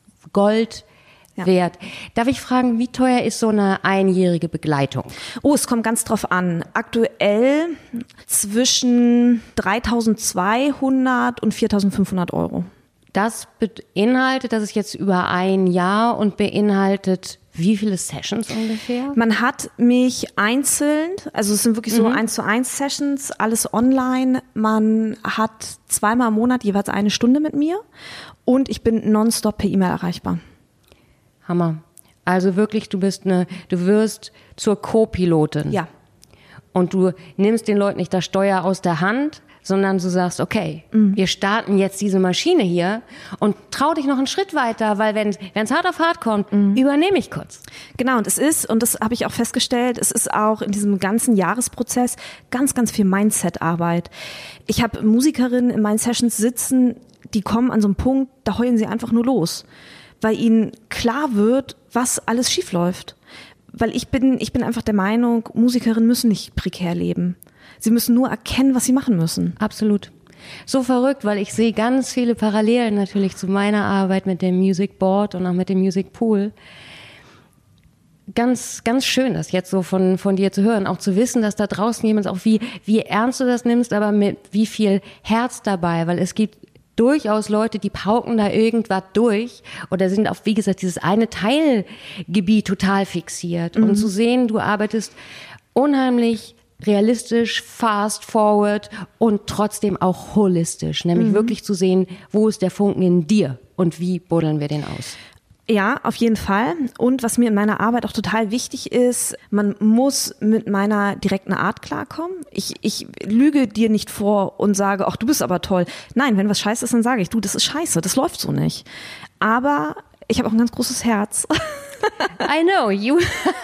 Gold ja. wert. Darf ich fragen, wie teuer ist so eine einjährige Begleitung? Oh, es kommt ganz drauf an. Aktuell zwischen dreitausendzweihundert und viertausendfünfhundert Euro. Das beinhaltet, das ist jetzt über ein Jahr und beinhaltet wie viele Sessions ungefähr? Man hat mich einzeln, also es sind wirklich so eins zu eins Sessions, alles online. Man hat zweimal im Monat jeweils eine Stunde mit mir und ich bin nonstop per E-Mail erreichbar. Hammer. Also wirklich, du bist eine, du wirst zur Co-Pilotin. Ja. Und du nimmst den Leuten nicht das Steuer aus der Hand, sondern du sagst, okay, mhm. wir starten jetzt diese Maschine hier und trau dich noch einen Schritt weiter, weil wenn es hart auf hart kommt, mhm. übernehme ich kurz. Genau, und es ist, und das habe ich auch festgestellt, es ist auch in diesem ganzen Jahresprozess ganz, ganz viel Mindset-Arbeit. Ich habe Musikerinnen in meinen Sessions sitzen, die kommen an so einen Punkt, da heulen sie einfach nur los, weil ihnen klar wird, was alles schief läuft. Weil ich bin, ich bin einfach der Meinung, Musikerinnen müssen nicht prekär leben. Sie müssen nur erkennen, was sie machen müssen. Absolut. So verrückt, weil ich sehe ganz viele Parallelen natürlich zu meiner Arbeit mit dem Music Board und auch mit dem Music Pool. Ganz, ganz schön, das jetzt so von, von dir zu hören, auch zu wissen, dass da draußen jemand auch wie, wie ernst du das nimmst, aber mit wie viel Herz dabei, weil es gibt durchaus Leute, die pauken da irgendwas durch oder sind auf, wie gesagt, dieses eine Teilgebiet total fixiert. Mhm. Und zu sehen, du arbeitest unheimlich realistisch, fast forward und trotzdem auch holistisch, nämlich mhm. wirklich zu sehen, wo ist der Funken in dir und wie buddeln wir den aus. Ja, auf jeden Fall. Und was mir in meiner Arbeit auch total wichtig ist, man muss mit meiner direkten Art klarkommen. Ich, ich lüge dir nicht vor und sage, ach, du bist aber toll. Nein, wenn was scheiße ist, dann sage ich, du, das ist scheiße, das läuft so nicht. Aber ich habe auch ein ganz großes Herz. I know, you.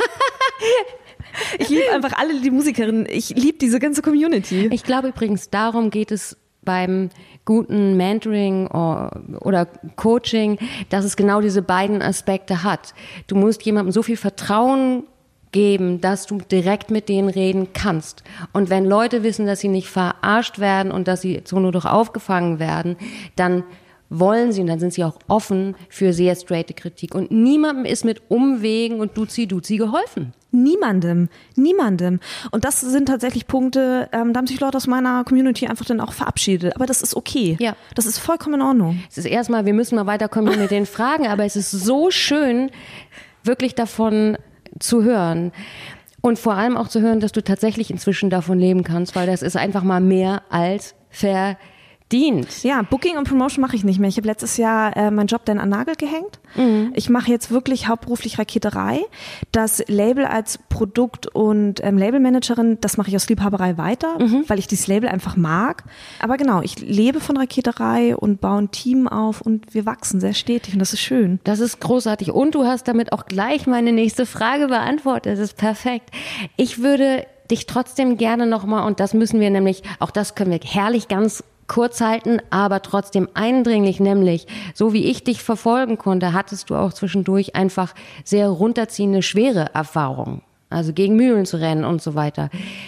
Ich liebe einfach alle die Musikerinnen. Ich liebe diese ganze Community. Ich glaube übrigens, darum geht es beim guten Mentoring oder Coaching, dass es genau diese beiden Aspekte hat. Du musst jemandem so viel Vertrauen geben, dass du direkt mit denen reden kannst. Und wenn Leute wissen, dass sie nicht verarscht werden und dass sie so nur doch aufgefangen werden, dann wollen sie und dann sind sie auch offen für sehr straighte Kritik. Und niemandem ist mit Umwegen und Duzi-Duzi geholfen. Niemandem, niemandem. Und das sind tatsächlich Punkte, ähm, da haben sich Leute aus meiner Community einfach dann auch verabschiedet. Aber das ist okay. Ja. Das ist vollkommen in Ordnung. Es ist erstmal, wir müssen mal weiterkommen mit den Fragen, aber es ist so schön, wirklich davon zu hören. Und vor allem auch zu hören, dass du tatsächlich inzwischen davon leben kannst, weil das ist einfach mal mehr als verdient. Ja, Booking und Promotion mache ich nicht mehr. Ich habe letztes Jahr äh, meinen Job dann an Nagel gehängt. Mhm. Ich mache jetzt wirklich hauptberuflich Raketerei. Das Label als Produkt- und ähm, Labelmanagerin, das mache ich aus Liebhaberei weiter, mhm. weil ich dieses Label einfach mag. Aber genau, ich lebe von Raketerei und baue ein Team auf und wir wachsen sehr stetig und das ist schön. Das ist großartig und du hast damit auch gleich meine nächste Frage beantwortet. Das ist perfekt. Ich würde dich trotzdem gerne nochmal, und das müssen wir nämlich, auch das können wir herrlich ganz kurz halten, aber trotzdem eindringlich, nämlich so wie ich dich verfolgen konnte, hattest du auch zwischendurch einfach sehr runterziehende, schwere Erfahrungen, also gegen Mühlen zu rennen und so weiter.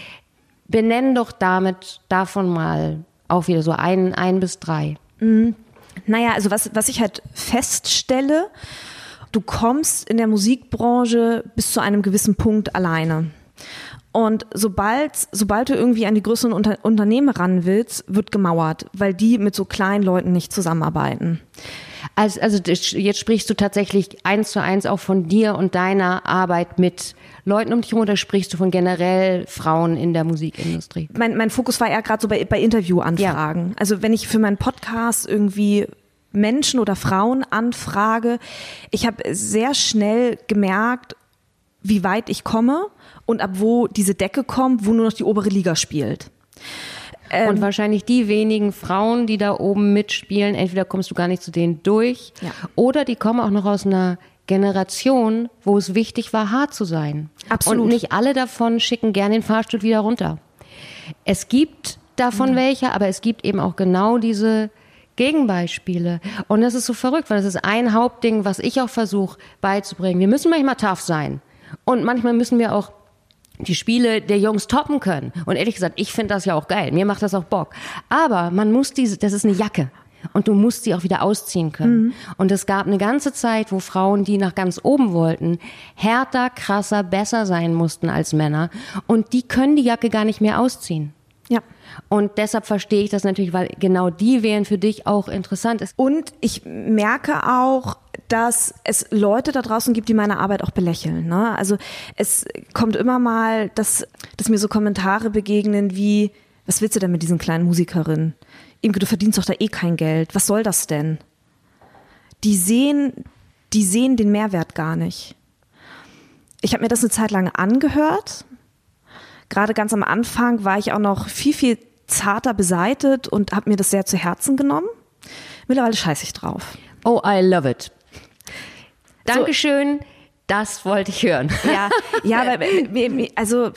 Benenn doch damit davon mal auch wieder so ein, ein bis drei. Mhm. Naja, also was, was ich halt feststelle, du kommst in der Musikbranche bis zu einem gewissen Punkt alleine. Und sobald, sobald du irgendwie an die größeren Unter- Unternehmen ran willst, wird gemauert, weil die mit so kleinen Leuten nicht zusammenarbeiten. Also, also jetzt sprichst du tatsächlich eins zu eins auch von dir und deiner Arbeit mit Leuten um dich herum oder sprichst du von generell Frauen in der Musikindustrie? Mein, mein Fokus war eher gerade so bei, bei Interviewanfragen. Ja. Also wenn ich für meinen Podcast irgendwie Menschen oder Frauen anfrage, ich habe sehr schnell gemerkt, wie weit ich komme und ab wo diese Decke kommt, wo nur noch die obere Liga spielt. Ähm, und wahrscheinlich die wenigen Frauen, die da oben mitspielen, entweder kommst du gar nicht zu denen durch, ja. oder die kommen auch noch aus einer Generation, wo es wichtig war, hart zu sein. Absolut. Und nicht alle davon schicken gerne den Fahrstuhl wieder runter. Es gibt davon mhm. welche, aber es gibt eben auch genau diese Gegenbeispiele. Und das ist so verrückt, weil das ist ein Hauptding, was ich auch versuche beizubringen. Wir müssen manchmal tough sein. Und manchmal müssen wir auch die Spiele der Jungs toppen können. Und ehrlich gesagt, ich finde das ja auch geil. Mir macht das auch Bock. Aber man muss diese, das ist eine Jacke. Und du musst sie auch wieder ausziehen können. Mhm. Und es gab eine ganze Zeit, wo Frauen, die nach ganz oben wollten, härter, krasser, besser sein mussten als Männer. Und die können die Jacke gar nicht mehr ausziehen. Ja. Und deshalb verstehe ich das natürlich, weil genau die wären für dich auch interessant. Und ich merke auch, dass es Leute da draußen gibt, die meine Arbeit auch belächeln. Ne? Also es kommt immer mal, dass, dass mir so Kommentare begegnen wie, was willst du denn mit diesen kleinen Musikerinnen? Imke, du verdienst doch da eh kein Geld. Was soll das denn? Die sehen, die sehen den Mehrwert gar nicht. Ich habe mir das eine Zeit lang angehört. Gerade ganz am Anfang war ich auch noch viel, viel zarter beseitet und habe mir das sehr zu Herzen genommen. Mittlerweile scheiße ich drauf. Oh, I love it. Dankeschön, so. Das wollte ich hören. Ja, ja, aber also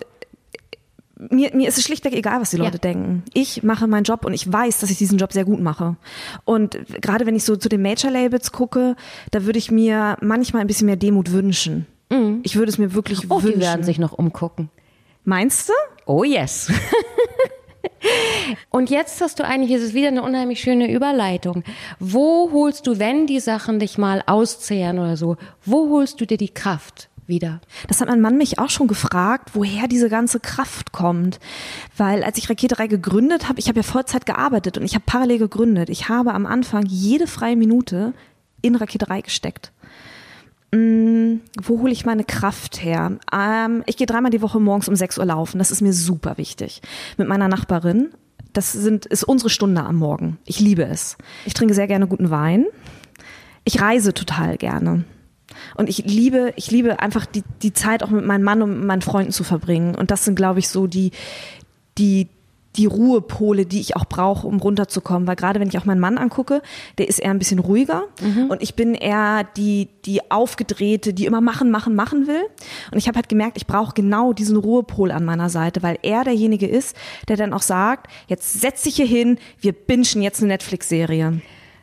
mir, mir ist es schlichtweg egal, was die Leute ja. denken. Ich mache meinen Job und ich weiß, dass ich diesen Job sehr gut mache. Und gerade wenn ich so zu den Major-Labels gucke, da würde ich mir manchmal ein bisschen mehr Demut wünschen. Mhm. Ich würde es mir wirklich oh, wünschen. Die werden sich noch umgucken. Meinst du? Oh yes. Und jetzt hast du eigentlich, es ist wieder eine unheimlich schöne Überleitung. Wo holst du, wenn die Sachen dich mal auszehren oder so, wo holst du dir die Kraft wieder? Das hat mein Mann mich auch schon gefragt, woher diese ganze Kraft kommt. Weil als ich Rakete drei gegründet habe, ich habe ja Vollzeit gearbeitet und ich habe parallel gegründet. Ich habe am Anfang jede freie Minute in Rakete drei gesteckt. Hm, wo hole ich meine Kraft her? Ähm, ich gehe dreimal die Woche morgens um sechs Uhr laufen. Das ist mir super wichtig. Mit meiner Nachbarin. Das sind, ist unsere Stunde am Morgen. Ich liebe es. Ich trinke sehr gerne guten Wein. Ich reise total gerne. Und ich liebe, ich liebe einfach die, die Zeit auch mit meinem Mann und mit meinen Freunden zu verbringen. Und das sind, glaube ich, so die, die, die Ruhepole, die ich auch brauche, um runterzukommen. Weil gerade wenn ich auch meinen Mann angucke, der ist eher ein bisschen ruhiger. Mhm. Und ich bin eher die, die Aufgedrehte, die immer machen, machen, machen will. Und ich habe halt gemerkt, ich brauche genau diesen Ruhepol an meiner Seite, weil er derjenige ist, der dann auch sagt, jetzt setz dich hier hin, wir bingen jetzt eine Netflix-Serie.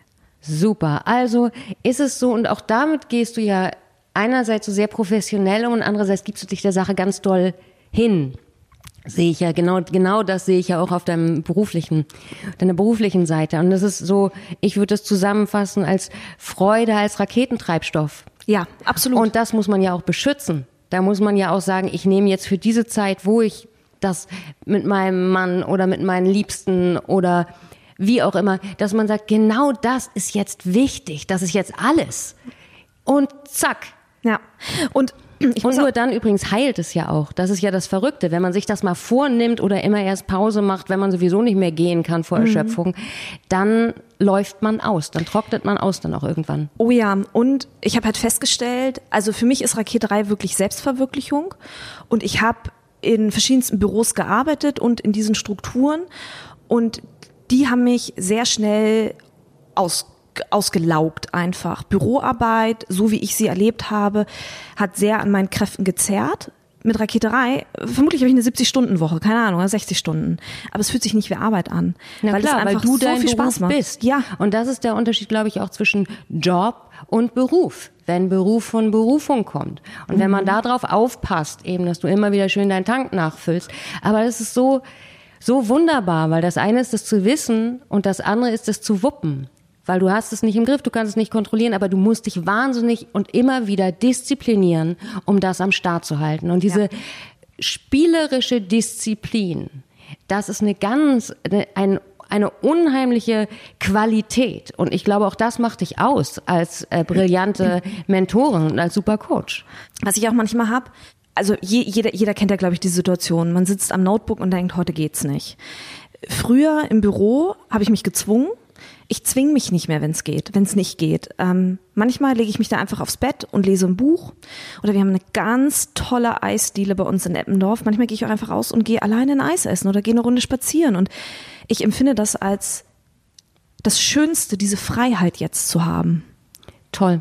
Super. Also ist es so, und auch damit gehst du ja einerseits so sehr professionell und andererseits gibst du dich der Sache ganz doll hin. Sehe ich ja, genau, genau das sehe ich ja auch auf deinem beruflichen, deiner beruflichen Seite. Und das ist so, ich würde das zusammenfassen als Freude, als Raketentreibstoff. Ja, absolut. Und das muss man ja auch beschützen. Da muss man ja auch sagen, ich nehme jetzt für diese Zeit, wo ich das mit meinem Mann oder mit meinen Liebsten oder wie auch immer, dass man sagt, genau das ist jetzt wichtig, das ist jetzt alles. Und zack. Ja, und Ich und nur dann übrigens heilt es ja auch. Das ist ja das Verrückte. Wenn man sich das mal vornimmt oder immer erst Pause macht, wenn man sowieso nicht mehr gehen kann vor Erschöpfung, mhm. dann läuft man aus. Dann trocknet man aus dann auch irgendwann. Oh ja, und ich habe halt festgestellt, also für mich ist Rakete drei wirklich Selbstverwirklichung. Und ich habe in verschiedensten Büros gearbeitet und in diesen Strukturen. Und die haben mich sehr schnell aus ausgelaugt einfach. Büroarbeit, so wie ich sie erlebt habe, hat sehr an meinen Kräften gezerrt. Mit Rakete drei, vermutlich habe ich eine siebzig-Stunden-Woche, keine Ahnung, oder sechzig Stunden. Aber es fühlt sich nicht wie Arbeit an. Na weil klar, es einfach weil du so dein viel Beruf Spaß macht. bist. Ja. Und das ist der Unterschied, glaube ich, auch zwischen Job und Beruf. Wenn Beruf von Berufung kommt. Und mhm. wenn man darauf aufpasst, eben, dass du immer wieder schön deinen Tank nachfüllst. Aber das ist so, so wunderbar, weil das eine ist, das zu wissen und das andere ist, das zu wuppen. Weil du hast es nicht im Griff, du kannst es nicht kontrollieren, aber du musst dich wahnsinnig und immer wieder disziplinieren, um das am Start zu halten. Und diese ja. spielerische Disziplin, das ist eine ganz, eine, ein, eine unheimliche Qualität. Und ich glaube, auch das macht dich aus als äh, brillante Mentorin und als super Coach. Was ich auch manchmal habe, also je, jeder, jeder kennt ja, glaube ich, die Situation. Man sitzt am Notebook und denkt, heute geht's nicht. Früher im Büro habe ich mich gezwungen. Ich zwinge mich nicht mehr, wenn es geht, wenn es nicht geht. Ähm, manchmal lege ich mich da einfach aufs Bett und lese ein Buch. Oder wir haben eine ganz tolle Eisdiele bei uns in Eppendorf. Manchmal gehe ich auch einfach raus und gehe alleine ein Eis essen oder gehe eine Runde spazieren. Und ich empfinde das als das Schönste, diese Freiheit jetzt zu haben. Toll.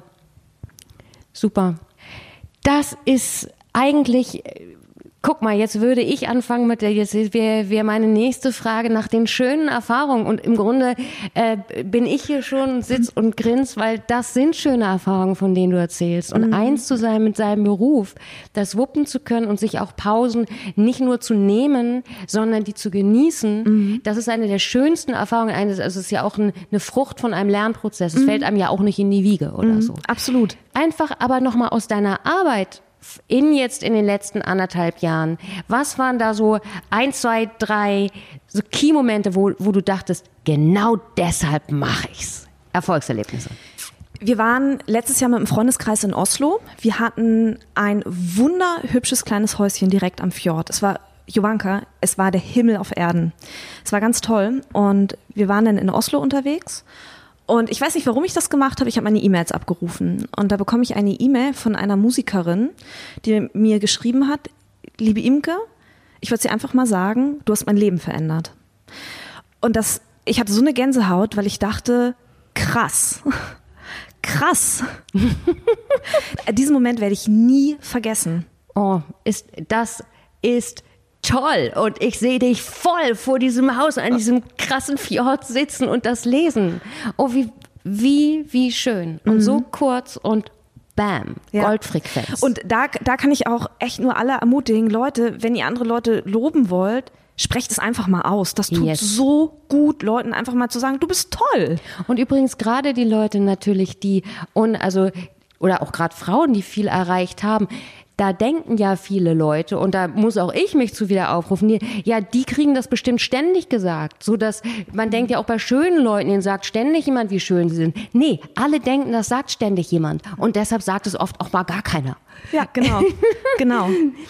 Super. Das ist eigentlich... Guck mal, jetzt würde ich anfangen mit der, jetzt wäre wär meine nächste Frage nach den schönen Erfahrungen. Und im Grunde äh, bin ich hier schon, sitz und grins, weil das sind schöne Erfahrungen, von denen du erzählst. Und mhm. eins zu sein mit seinem Beruf, das wuppen zu können und sich auch Pausen nicht nur zu nehmen, sondern die zu genießen, mhm. das ist eine der schönsten Erfahrungen. Also es ist ja auch ein, eine Frucht von einem Lernprozess. Es mhm. fällt einem ja auch nicht in die Wiege oder mhm. so. Absolut. Einfach aber nochmal aus deiner Arbeit in jetzt in den letzten anderthalb Jahren, was waren da so ein, zwei, drei so Key-Momente, wo, wo du dachtest, genau deshalb mache ich's? Erfolgserlebnisse. Wir waren letztes Jahr mit dem Freundeskreis in Oslo. Wir hatten ein wunderhübsches kleines Häuschen direkt am Fjord. Es war Jovanka, es war der Himmel auf Erden. Es war ganz toll und wir waren dann in Oslo unterwegs. Und ich weiß nicht, warum ich das gemacht habe. Ich habe meine E-Mails abgerufen. Und da bekomme ich eine E-Mail von einer Musikerin, die mir geschrieben hat, liebe Imke, ich wollte dir einfach mal sagen, du hast mein Leben verändert. Und das, ich hatte so eine Gänsehaut, weil ich dachte, krass, krass. Diesen Moment werde ich nie vergessen. Oh, ist, das ist toll. Und ich sehe dich voll vor diesem Haus an diesem krassen Fjord sitzen und das lesen. Oh, wie, wie, wie schön. Und mhm. so kurz und bam, ja. Goldfrequenz. Und da, da kann ich auch echt nur alle ermutigen, Leute, wenn ihr andere Leute loben wollt, sprecht es einfach mal aus. Das tut Yes. so gut, Leuten einfach mal zu sagen, du bist toll. Und übrigens gerade die Leute natürlich, die, und also, oder auch gerade Frauen, die viel erreicht haben, da denken ja viele Leute, und da muss auch ich mich zu wieder aufrufen, die, ja, die kriegen das bestimmt ständig gesagt, so dass man denkt ja auch bei schönen Leuten, denen sagt ständig jemand, wie schön sie sind. Nee, alle denken, das sagt ständig jemand, und deshalb sagt es oft auch mal gar keiner. Ja, genau, genau.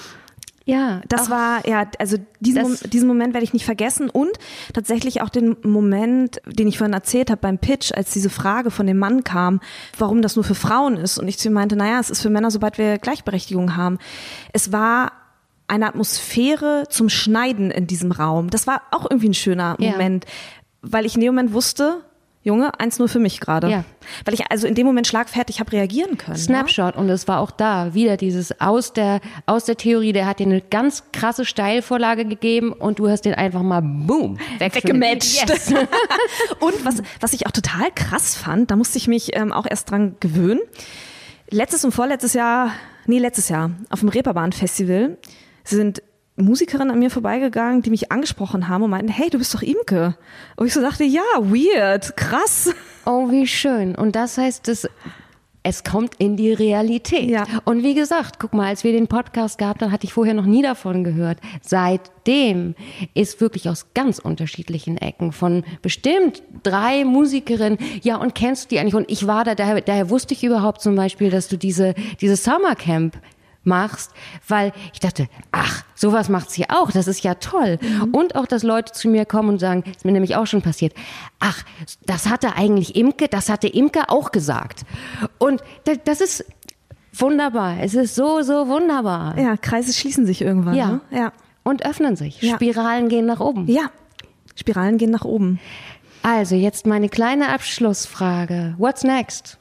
Ja, Das auch, war, ja, also diesen, Das- Mom- diesen Moment werde ich nicht vergessen und tatsächlich auch den Moment, den ich vorhin erzählt habe beim Pitch, als diese Frage von dem Mann kam, warum das nur für Frauen ist, und ich zu ihm meinte, naja, es ist für Männer, sobald wir Gleichberechtigung haben. Es war eine Atmosphäre zum Schneiden in diesem Raum. Das war auch irgendwie ein schöner Ja. Moment, weil ich in dem Moment wusste, Junge, eins nur für mich gerade. Ja. Weil ich also in dem Moment schlagfertig habe reagieren können. Snapshot, und es war auch da wieder dieses aus der aus der Theorie, der hat dir eine ganz krasse Steilvorlage gegeben und du hast den einfach mal boom weggematcht. Yes. Und was, was ich auch total krass fand, da musste ich mich ähm, auch erst dran gewöhnen. Letztes und vorletztes Jahr, nee, letztes Jahr, auf dem Reeperbahn-Festival sind Musikerinnen an mir vorbeigegangen, die mich angesprochen haben und meinten, hey, du bist doch Imke. Und ich so dachte, ja, weird, krass. Oh, wie schön. Und das heißt, es, es kommt in die Realität. Ja. Und wie gesagt, guck mal, als wir den Podcast gehabt haben, hatte ich vorher noch nie davon gehört. Seitdem ist wirklich aus ganz unterschiedlichen Ecken von bestimmt drei Musikerinnen, ja, und kennst du die eigentlich? Und ich war da, daher, daher wusste ich überhaupt zum Beispiel, dass du diese, diese Summercamp machst, weil ich dachte, ach, sowas macht sie auch, das ist ja toll. Mhm. Und auch, dass Leute zu mir kommen und sagen, ist mir nämlich auch schon passiert, ach, das hatte eigentlich Imke, das hatte Imke auch gesagt. Und das ist wunderbar, es ist so, so wunderbar. Ja, Kreise schließen sich irgendwann. Ja. Ne? Ja. Und öffnen sich, Ja. Spiralen gehen nach oben. Ja, Spiralen gehen nach oben. Also jetzt meine kleine Abschlussfrage, what's next?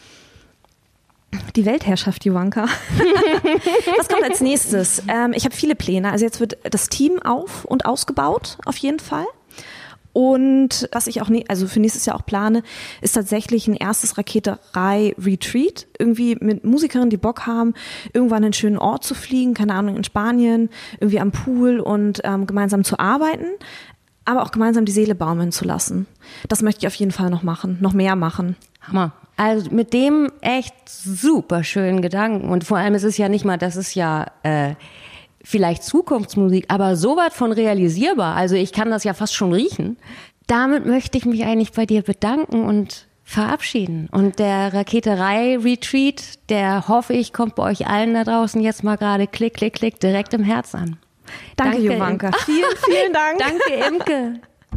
Die Weltherrschaft, Jovanka. Was kommt als nächstes? Ähm, ich habe viele Pläne. Also jetzt wird das Team auf- und ausgebaut, auf jeden Fall. Und was ich auch, ne- also für nächstes Jahr auch plane, ist tatsächlich ein erstes Raketerei-Retreat. Irgendwie mit Musikerinnen, die Bock haben, irgendwann an einen schönen Ort zu fliegen, keine Ahnung, in Spanien, irgendwie am Pool und ähm, gemeinsam zu arbeiten, aber auch gemeinsam die Seele baumeln zu lassen. Das möchte ich auf jeden Fall noch machen, noch mehr machen. Hammer. Also mit dem echt super schönen Gedanken. Und vor allem ist es ja nicht mal, das ist ja äh, vielleicht Zukunftsmusik, aber so was von realisierbar. Also ich kann das ja fast schon riechen. Damit möchte ich mich eigentlich bei dir bedanken und verabschieden. Und der Raketerei-Retreat, der hoffe ich, kommt bei euch allen da draußen jetzt mal gerade klick, klick, klick direkt im Herz an. Danke, Danke, Jovanka. Imke. Vielen, vielen Dank. Danke, Imke.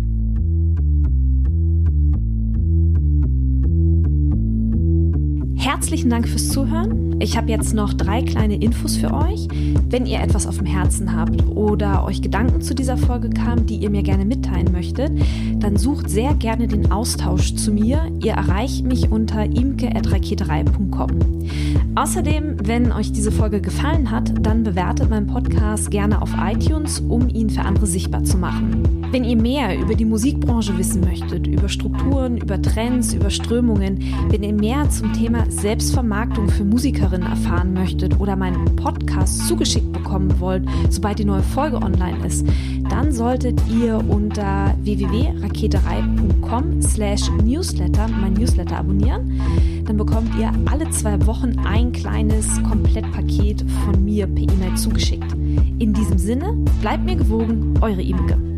Herzlichen Dank fürs Zuhören. Ich habe jetzt noch drei kleine Infos für euch. Wenn ihr etwas auf dem Herzen habt oder euch Gedanken zu dieser Folge kamen, die ihr mir gerne mitteilen möchtet, dann sucht sehr gerne den Austausch zu mir. Ihr erreicht mich unter imke at raketerei punkt com. Außerdem, wenn euch diese Folge gefallen hat, dann bewertet meinen Podcast gerne auf iTunes, um ihn für andere sichtbar zu machen. Wenn ihr mehr über die Musikbranche wissen möchtet, über Strukturen, über Trends, über Strömungen, wenn ihr mehr zum Thema Selbstvermarktung für Musikerinnen erfahren möchtet oder meinen Podcast zugeschickt bekommen wollt, sobald die neue Folge online ist, dann solltet ihr unter w w w punkt raketerei punkt com slash newsletter mein Newsletter abonnieren. Dann bekommt ihr alle zwei Wochen ein kleines Komplettpaket von mir per E-Mail zugeschickt. In diesem Sinne, bleibt mir gewogen, eure Imke.